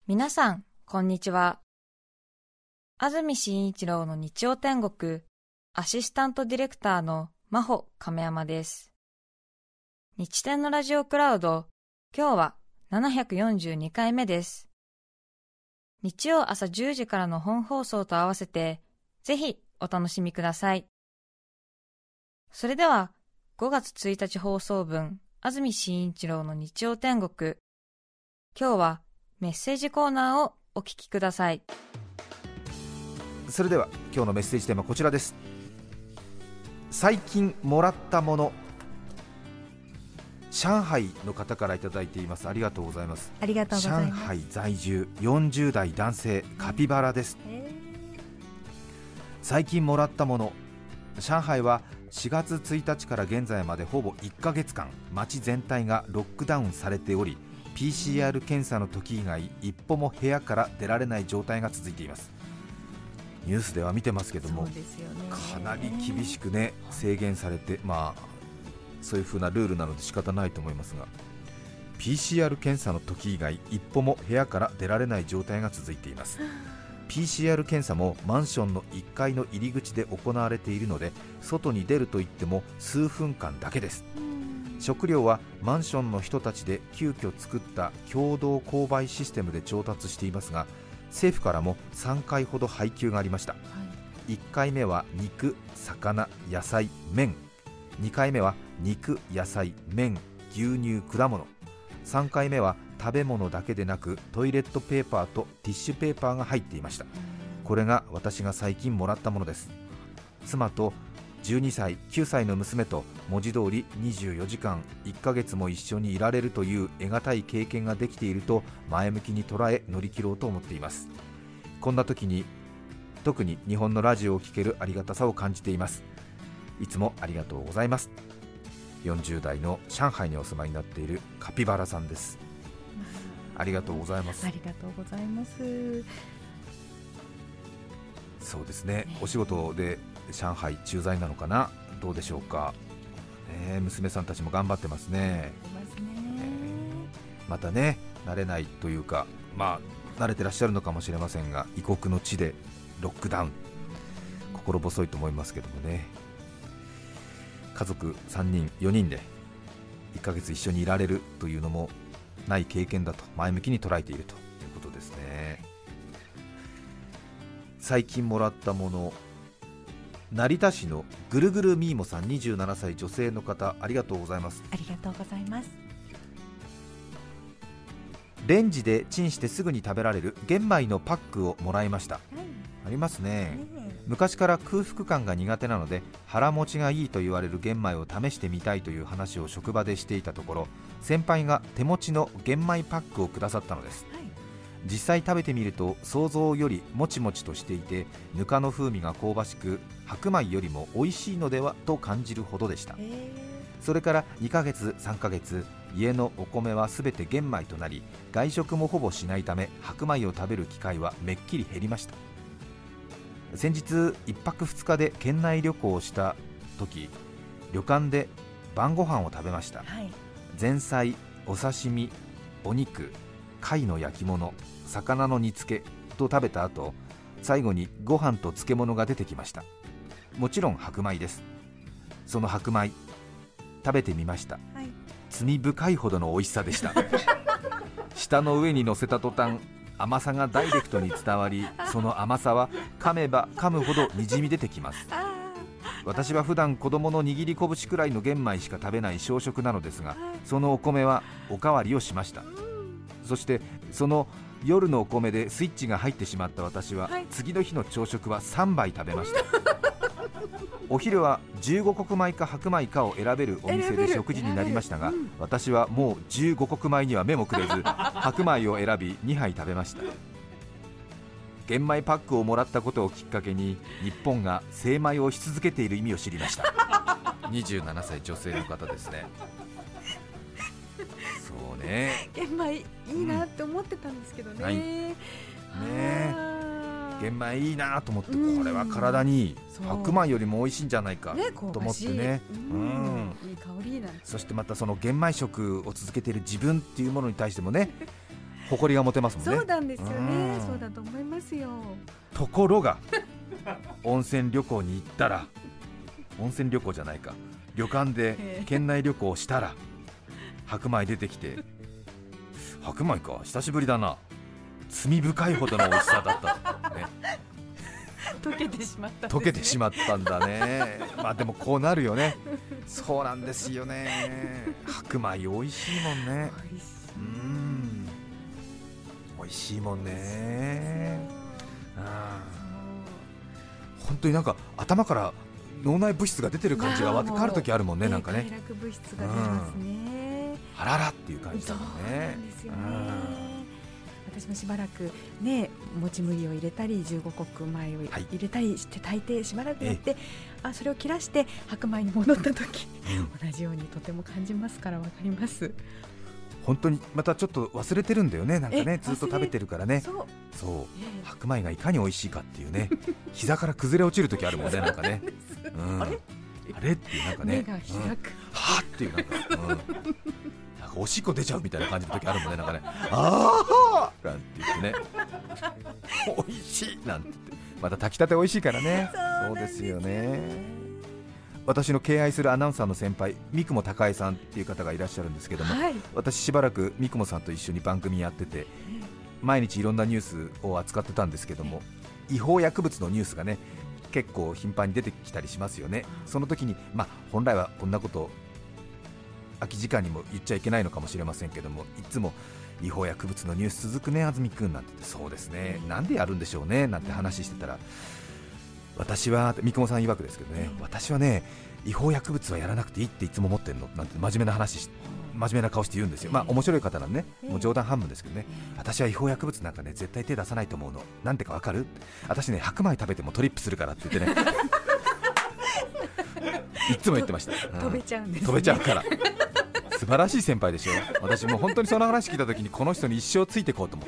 皆さんこんにちは。安住紳一郎の日曜天国アシスタントディレクターの真帆亀山です。日天のラジオクラウド、今日は742回目です。日曜朝10時からの本放送と合わせてぜひお楽しみください。それでは5月1日放送分安住紳一郎の日曜天国、今日はメッセージコーナーをお聞きください。 それでは今日のメッセージテーマはこちらです。最近もらったもの。上海の方からいただいています。ありがとうございます。 ありがとうございます。 上海在住40代男性カピバラです。最近もらったもの。上海は4月1日から現在までほぼ1ヶ月間街全体がロックダウンされており、PCR 検査の時以外一歩も部屋から出られない状態が続いています。ニュースでは見てますけども、かなり厳しくね制限されて、そういう風なルールなので仕方ないと思いますが、 PCR 検査の時以外一歩も部屋から出られない状態が続いています。PCR 検査もマンションの1階の入り口で行われているので、外に出るといっても数分間だけです。食料はマンションの人たちで急遽作った共同購買システムで調達していますが、政府からも3回ほど配給がありました。1回目は肉、魚、野菜、麺。2回目は肉、野菜、麺、牛乳、果物。3回目は食べ物だけでなくトイレットペーパーとティッシュペーパーが入っていました。これが私が最近もらったものです。妻と12歳、9歳の娘と文字通り24時間1ヶ月も一緒にいられるという得難い経験ができていると前向きに捉え乗り切ろうと思っています。こんな時に特に日本のラジオを聴けるありがたさを感じています。いつもありがとうございます。40代の上海にお住まいになっているカピバラさんです。ありがとうございます。 ありがとうございます。 そうですね、お仕事で上海駐在なのかな、どうでしょうか、娘さんたちも頑張ってますね。またね慣れないというか、慣れてらっしゃるのかもしれませんが、異国の地でロックダウン、心細いと思いますけどもね。家族3人4人で1ヶ月一緒にいられるというのもない経験だと前向きに捉えているということですね。最近もらったもの。成田市のぐるぐるみーもさん27歳女性の方、ありがとうございます。 ありがとうございます。 レンジでチンしてすぐに食べられる玄米のパックをもらいました。ありますね。昔から空腹感が苦手なので腹持ちがいいと言われる玄米を試してみたいという話を職場でしていたところ、先輩が手持ちの玄米パックをくださったのです。実際食べてみると想像よりもちもちとしていて、ぬかの風味が香ばしく白米よりも美味しいのではと感じるほどでした。それから2ヶ月3ヶ月、家のお米はすべて玄米となり、外食もほぼしないため白米を食べる機会はめっきり減りました。先日1泊2日で県内旅行をした時、旅館で晩ご飯を食べました。前菜、お刺身、お肉、貝の焼き物、魚の煮付けと食べた後、最後にご飯と漬物が出てきました。もちろん白米です。その白米食べてみました。罪深いほどの美味しさでした舌の上に乗せた途端、甘さがダイレクトに伝わり、その甘さは噛めば噛むほどにじみ出てきます。私は普段子供の握り拳くらいの玄米しか食べない小食なのですが、そのお米はおかわりをしました。そしてその夜のお米でスイッチが入ってしまった私は、次の日の朝食は3杯食べましたお昼は15穀米か白米かを選べるお店で食事になりましたが、私はもう15穀米には目もくれず白米を選び2杯食べました。玄米パックをもらったことをきっかけに日本が精米をし続けている意味を知りました27歳女性の方ですね。そうね、 玄米いいなって思ってたんですけどね。 玄米いいなと思って、これは体に白米よりも美味しいんじゃないかと思ってね、 いい香りなんて。 そしてまたその玄米食を続けている自分っていうものに対してもね誇りが持てますもんね。 そうなんですよね。そうだと思いますよ。 ところが温泉旅行に行ったら、温泉旅行じゃないか、旅館で県内旅行したら白米出てきて、白米か久しぶりだな、罪深いほどの美味しさだった、ね、 溶けてしまったんですね。 溶けてしまったんだね。まあでもこうなるよね。そうなんですよね。白米美味しいもんね。 美味しい。 美味しいもんね。本当になんか頭から脳内物質が出てる感じが分かるときあるもんね。なんかね、 快楽物質が出ますね。 あららっていう感じだもんね。 そうなんですよね。私もしばらくね、もち麦を入れたり15穀米を入れたりして炊いてしばらくやって、それを切らして白米に戻った時、同じようにとても感じますから分かります。 本当にまたちょっと忘れてるんだよね。なんかね、ずっと食べてるからね。 そう、 白米がいかに美味しいかっていうね、膝から崩れ落ちる時あるもんね。なんかね、あれっていう、なんかね、 目が開く、 はーっていう、なんかおしっこ出ちゃうみたいな感じの時あるもんね。なんかね、あーなんて言ってね、美味しいなんて、また炊きたて美味しいからね。そうですよね。私の敬愛するアナウンサーの先輩、三雲孝恵さんっていう方がいらっしゃるんですけども、私しばらく三雲さんと一緒に番組やってて、毎日いろんなニュースを扱ってたんですけども、違法薬物のニュースがね結構頻繁に出てきたりしますよね。その時に、本来はこんなこと空き時間にも言っちゃいけないのかもしれませんけども、いつも違法薬物のニュース続くね安住くんなんて言って、そうですね、なんでやるんでしょうねなんて話してたら、私は三雲さん曰くですけどね、私はね違法薬物はやらなくていいっていつも思ってんのなんて真面目な話真面目な顔して言うんですよ。面白い方なんでね、もう冗談半分ですけどね、私は違法薬物なんかね絶対手出さないと思うの。なんでかわかる？私ね白米食べてもトリップするからって言ってねいつも言ってました。 飛べちゃうんですね。 飛べちゃうから素晴らしい先輩でしょ。私もう本当にその話聞いた時にこの人に一生ついていこうと思った、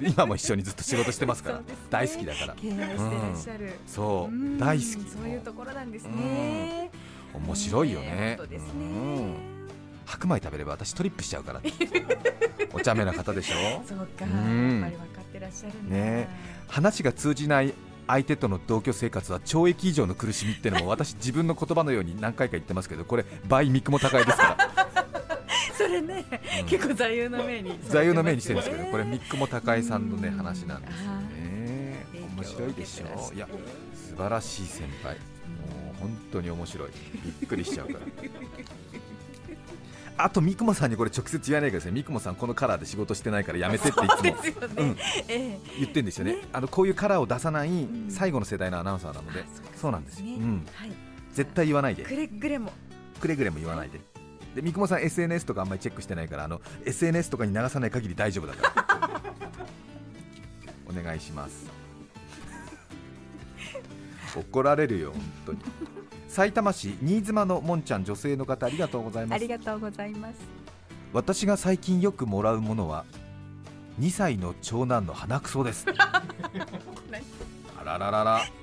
今も一緒にずっと仕事してますから、大好きだから。 敬愛してらっしゃる、 そう大好き。 そういうところなんですね。 面白いよね。 本当ですね。 白米食べれば私トリップしちゃうからお茶目な方でしょ。 そうか、やっぱり分かってらっしゃるんだね。 話が通じない相手との同居生活は懲役以上の苦しみっていうのも私自分の言葉のように何回か言ってますけど、これ倍三雲高いですからそれね、結構座右の銘に座右の銘にしてるんですけど、これ三雲高いさんのね話なんですよね。面白いでしょ。いや素晴らしい先輩、もう本当に面白い、びっくりしちゃうからあと三雲さんにこれ直接言わないでください。三雲さんこのカラーで仕事してないからやめてっていつも言ってるんですよね。こういうカラーを出さない最後の世代のアナウンサーなので、そうなんですよ。絶対言わないで、くれぐれも言わないで。で三雲さん SNS とかあんまりチェックしてないから、SNS とかに流さない限り大丈夫だからお願いします怒られるよ本当に。埼玉市新妻のもんちゃん、女性の方、ありがとうございます。 ありがとうございます。 私が最近よくもらうものは2歳の長男の鼻くそですあらららら。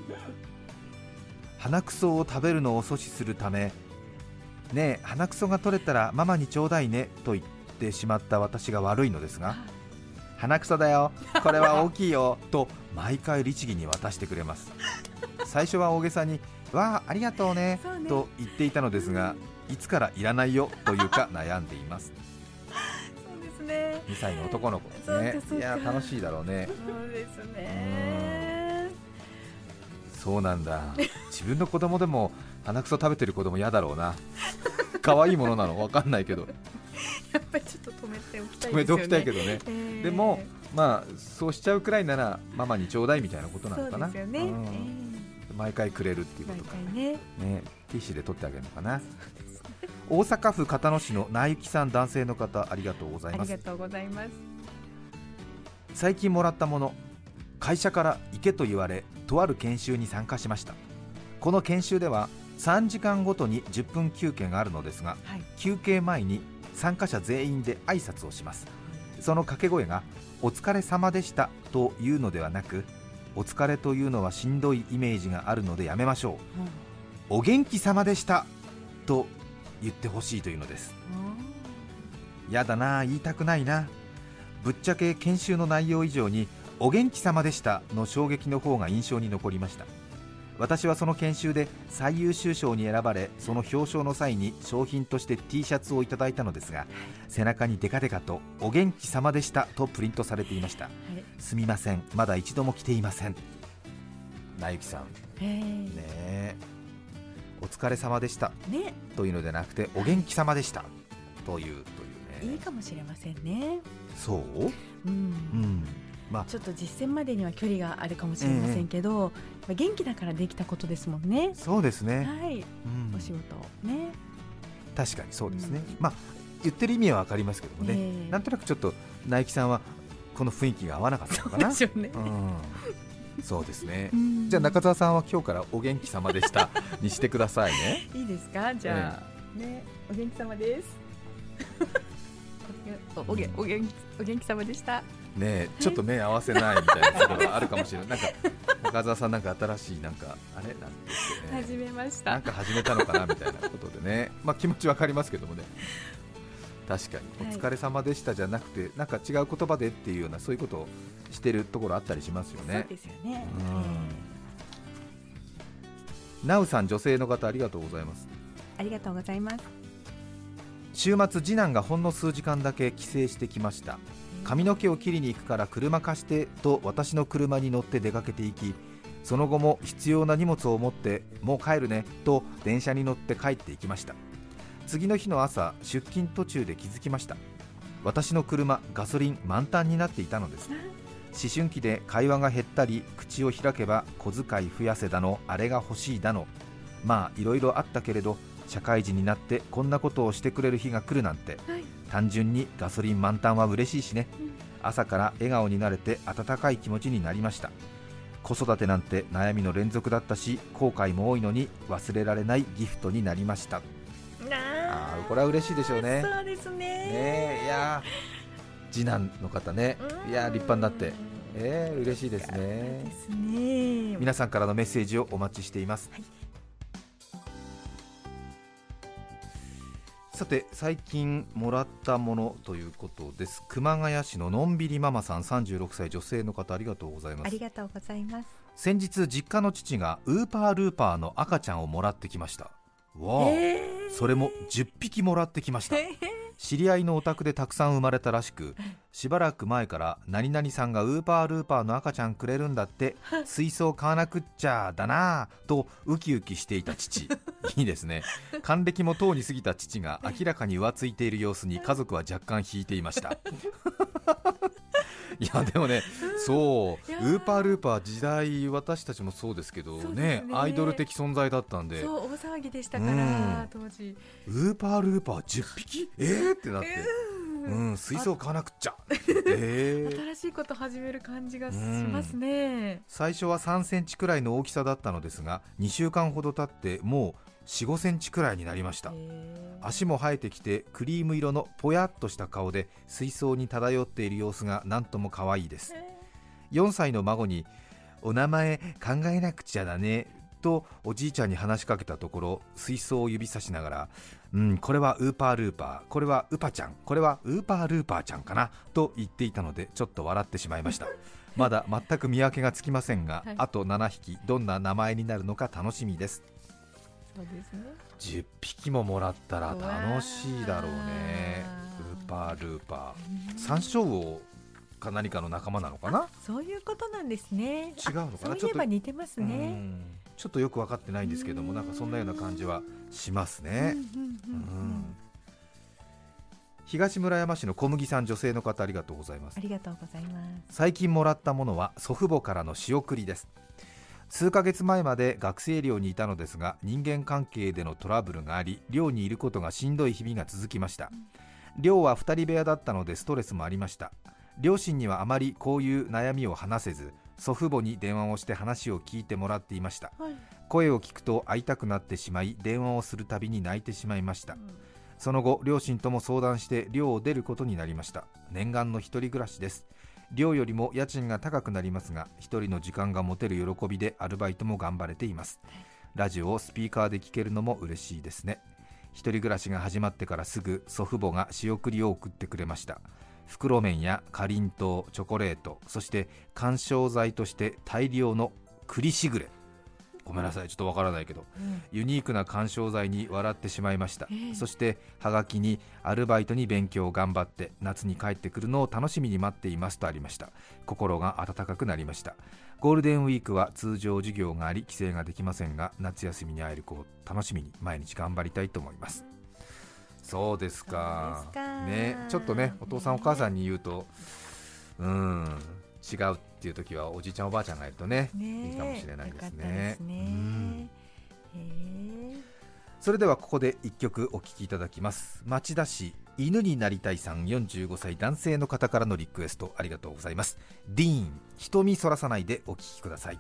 鼻くそを食べるのを阻止するため、ねえ鼻くそが取れたらママにちょうだいねと言ってしまった私が悪いのですが、鼻くそだよ、これは大きいよと毎回律儀に渡してくれます。最初は大げさにわあありがとうねと言っていたのですが、いつからいらないよというか悩んでいますそうですね、 2歳の男の子ですね。いや楽しいだろうね。 そうですね。 そうなんだ。自分の子供でも鼻くそ食べてる子供嫌だろうな。可愛いものなの分かんないけどやっぱりちょっと止めておきたいですよね。 止めておきたいけどね、でもそうしちゃうくらいならママにちょうだいみたいなことなのかな。 そうですよね、 毎回くれるっていうことかね。 ティッシュで取ってあげるのかな。大阪府交野市のなゆきさん、男性の方、ありがとうございます。 ありがとうございます。 最近もらったもの、会社から行けと言われとある研修に参加しました。この研修では3時間ごとに10分休憩があるのですが、休憩前に参加者全員で挨拶をします。その掛け声がお疲れ様でしたというのではなく、お疲れというのはしんどいイメージがあるのでやめましょう、お元気様でしたと言ってほしいというのです。やだな、言いたくないな。 ぶっちゃけ研修の内容以上にお元気様でしたの衝撃の方が印象に残りました。私はその研修で最優秀賞に選ばれ、その表彰の際に商品として T シャツをいただいたのですが、背中にデカデカとお元気様でしたとプリントされていました。すみません、まだ一度も着ていません。なゆきさん、ねえ、お疲れ様でした、ね、というのではなくてお元気様でしたというね、 いいかもしれませんね。 そう、 ちょっと実践までには距離があるかもしれませんけど、元気だからできたことですもんね。 そうですね、 はい、お仕事ね、 確かにそうですね、言ってる意味は分かりますけどもね、なんとなくちょっとなゆきさんはこの雰囲気が合わなかったのかな。 そうでしょうね、 そうですね、じゃあ中澤さんは今日からお元気様でしたにしてくださいね。 いいですか、じゃあ、お元気様ですお元気様でしたね。ちょっと目合わせないみたいなことがあるかもしれない。なんか中澤さんなんか新しいなんかあれなんですけどね、 始めました、 なんか始めたのかなみたいなことでね、気持ちわかりますけどもね。確かにお疲れ様でしたじゃなくて、なんか違う言葉でっていうような、そういうことをしてるところあったりしますよね。 そうですよね。 なうさん、女性の方ありがとうございます。 ありがとうございます。 週末次男がほんの数時間だけ帰省してきました。髪の毛を切りに行くから車貸してと私の車に乗って出かけていき、その後も必要な荷物を持ってもう帰るねと電車に乗って帰っていきました。次の日の朝、出勤途中で気づきました。私の車、ガソリン満タンになっていたのです。思春期で会話が減ったり、口を開けば小遣い増やせだの、あれが欲しいだの、いろいろあったけれど、社会人になってこんなことをしてくれる日が来るなんて、単純にガソリン満タンは嬉しいしね。朝から笑顔になれて温かい気持ちになりました。子育てなんて悩みの連続だったし、後悔も多いのに忘れられないギフトになりました。これは嬉しいでしょうね。 そうですね。 いや次男の方ね、いや立派になって、嬉しいですね。皆さんからのメッセージをお待ちしています。さて、最近もらったものということです。熊谷市ののんびりママさん、36歳女性の方、ありがとうございます。 ありがとうございます。 先日実家の父がウーパールーパーの赤ちゃんをもらってきました。それも10匹もらってきました。知り合いのお宅でたくさん生まれたらしく、しばらく前から何々さんがウーパールーパーの赤ちゃんくれるんだって、水槽買わなくっちゃだなとウキウキしていた父。いいですね。還暦もとうに過ぎた父が明らかに浮ついている様子に家族は若干引いていました。いやでもね、そうウーパールーパー時代、私たちもそうですけど ね、アイドル的存在だったんで、 そう大騒ぎでしたから、当時ウーパールーパー10匹ってなって、水槽買わなくっちゃ。 新しいこと始める感じがしますね。 最初は3センチくらいの大きさだったのですが、2週間ほど経ってもう4、5センチくらいになりました。足も生えてきてクリーム色のぽやっとした顔で水槽に漂っている様子がなんとも可愛いです。4歳の孫にお名前考えなくちゃだねとおじいちゃんに話しかけたところ、水槽を指さしながら、これはウーパールーパー、これはウパちゃん、これはウーパールーパーちゃんかなと言っていたので、ちょっと笑ってしまいました。まだ全く見分けがつきませんが、あと7匹どんな名前になるのか楽しみです。 そうですね、 10匹ももらったら楽しいだろうね。ウーパールーパー、サンショウウオか何かの仲間なのかな。 そういうことなんですね。 違うのかな。 そういえば似てますね。 ちょっとよく分かってないんですけども、なんかそんなような感じはしますね。東村山市の小麦さん、女性の方、ありがとうございます。 ありがとうございます。 最近もらったものは祖父母からの仕送りです。数ヶ月前まで学生寮にいたのですが、人間関係でのトラブルがあり、寮にいることがしんどい日々が続きました。寮は2人部屋だったのでストレスもありました。両親にはあまりこういう悩みを話せず、祖父母に電話をして話を聞いてもらっていました。声を聞くと会いたくなってしまい、電話をするたびに泣いてしまいました。その後、両親とも相談して寮を出ることになりました。念願の一人暮らしです。寮よりも家賃が高くなりますが、一人の時間が持てる喜びでアルバイトも頑張れています。ラジオをスピーカーで聞けるのも嬉しいですね。一人暮らしが始まってからすぐ祖父母が仕送りを送ってくれました。 袋麺やかりんとう、チョコレート、そして緩衝材として大量の栗しぐれ。ごめんなさい、ちょっとわからないけど、ユニークな緩衝材に笑ってしまいました。そしてはがきにアルバイトに勉強を頑張って夏に帰ってくるのを楽しみに待っていますとありました。心が温かくなりました。ゴールデンウィークは通常授業があり帰省ができませんが、夏休みに会える子を楽しみに毎日頑張りたいと思います。そうですかね。ちょっとね、お父さんお母さんに言うと違うっていう時はおじいちゃんおばあちゃんがいるとね、いいかもしれないですね。それではここで1曲お聴きいただきます。町田市犬になりたいさん、45歳男性の方からのリクエストありがとうございます。ディーン、瞳そらさないでお聴きください。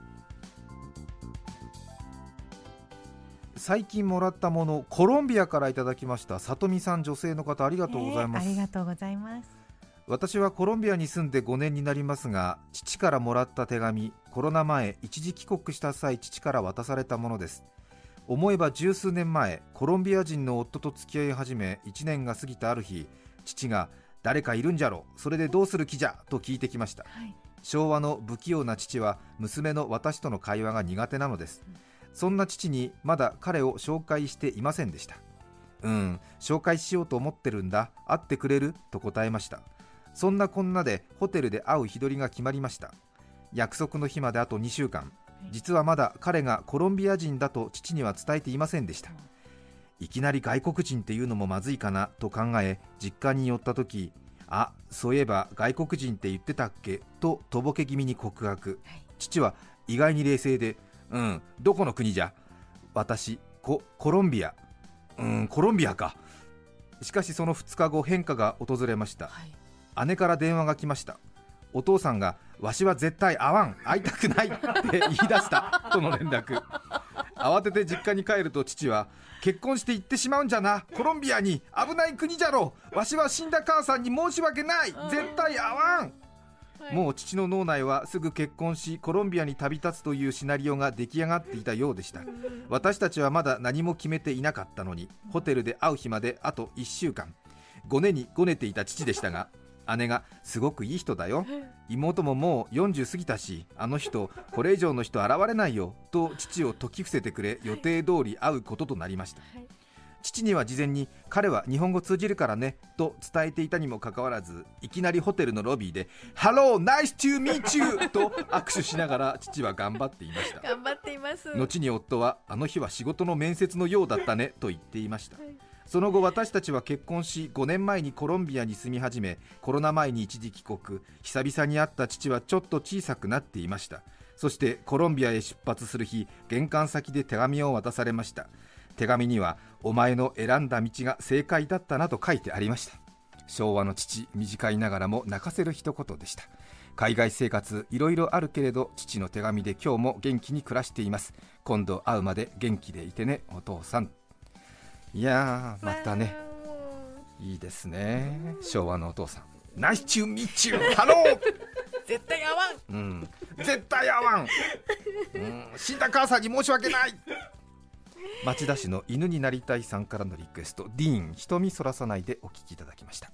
最近もらったもの、コロンビアからいただきました。さとみさん、女性の方、ありがとうございます。 ありがとうございます。 私はコロンビアに住んで5年になりますが、父からもらった手紙、コロナ前一時帰国した際父から渡されたものです。思えば十数年前、コロンビア人の夫と付き合い始め1年が過ぎたある日、父が誰かいるんじゃろ、それでどうする気じゃと聞いてきました、昭和の不器用な父は娘の私との会話が苦手なのです、そんな父にまだ彼を紹介していませんでした。紹介しようと思ってるんだ、会ってくれると答えました。そんなこんなでホテルで会う日取りが決まりました。約束の日まであと2週間。実はまだ彼がコロンビア人だと父には伝えていませんでした。いきなり外国人っていうのもまずいかなと考え、実家に寄った時、そういえば外国人って言ってたっけととぼけ気味に告白、父は意外に冷静で、どこの国じゃ、私コロンビア、コロンビアか。しかしその2日後、変化が訪れました、姉から電話が来ました。お父さんがわしは絶対会いたくないって言い出したとの連絡。慌てて実家に帰ると父は、結婚して行ってしまうんじゃな、コロンビアに、危ない国じゃろ、わしは死んだ母さんに申し訳ない、絶対会わん。もう父の脳内はすぐ結婚しコロンビアに旅立つというシナリオが出来上がっていたようでした。私たちはまだ何も決めていなかったのに、ホテルで会う日まであと1週間。ごねにごねていた父でしたが、姉がすごくいい人だよ、妹ももう40過ぎたし、あの人これ以上の人現れないよと父を説き伏せてくれ、予定通り会うこととなりました。父には事前に彼は日本語通じるからねと伝えていたにもかかわらず、いきなりホテルのロビーでハローナイストゥーミーチューと握手しながら父は頑張っていました。 頑張っています。 後に夫は、あの日は仕事の面接のようだったねと言っていました。その後私たちは結婚し、5年前にコロンビアに住み始め、コロナ前に一時帰国。久々に会った父はちょっと小さくなっていました。そしてコロンビアへ出発する日、玄関先で手紙を渡されました。手紙には、お前の選んだ道が正解だったなと書いてありました。昭和の父、短いながらも泣かせる一言でした。海外生活いろいろあるけれど、父の手紙で今日も元気に暮らしています。今度会うまで元気でいてね、お父さん。いやー、またね、いいですね、昭和のお父さん。ナイスチューミッチュー、ハロー絶対会わん、 絶対会わん、死んだ母さんに申し訳ない。町田市の犬になりたいさんからのリクエスト、ディーン、瞳そらさないでお聞きいただきました。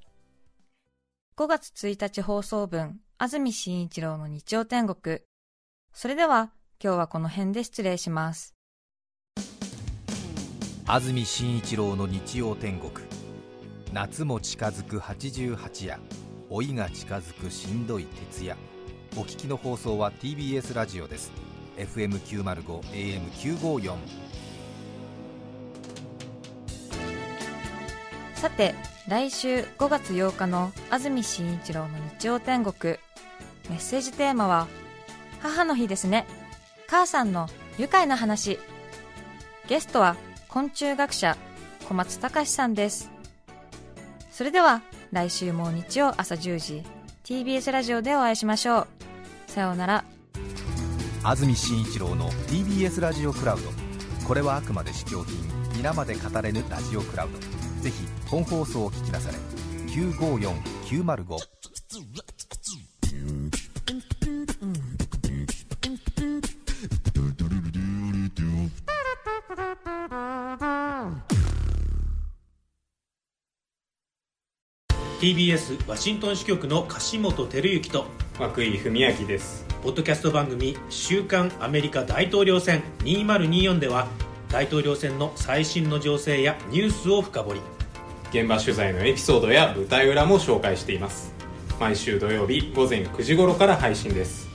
5月1日放送分、安住紳一郎の日曜天国。それでは今日はこの辺で失礼します。 安住紳一郎の日曜天国。夏も近づく88夜、老いが近づくしんどい徹夜。お聞きの放送は TBS ラジオです。 FM905 AM954。 さて、来週5月8日の安住紳一郎の日曜天国、メッセージテーマは母の日ですね。母さんの愉快な話。ゲストは昆虫学者小松隆さんです。それでは来週も日曜朝10時 TBS ラジオでお会いしましょう。さようなら。 安住紳一郎の TBS ラジオクラウド。これはあくまで試供品、皆まで語れぬラジオクラウド。ぜひ本放送を聞きなされ。954905。 TBS ワシントン支局の樫本照之と涌井文明です。 ポッドキャスト番組週刊アメリカ大統領選2024では大統領選の最新の情勢やニュースを深掘り、 現場取材のエピソードや舞台裏も紹介しています。毎週土曜日午前9時頃から配信です。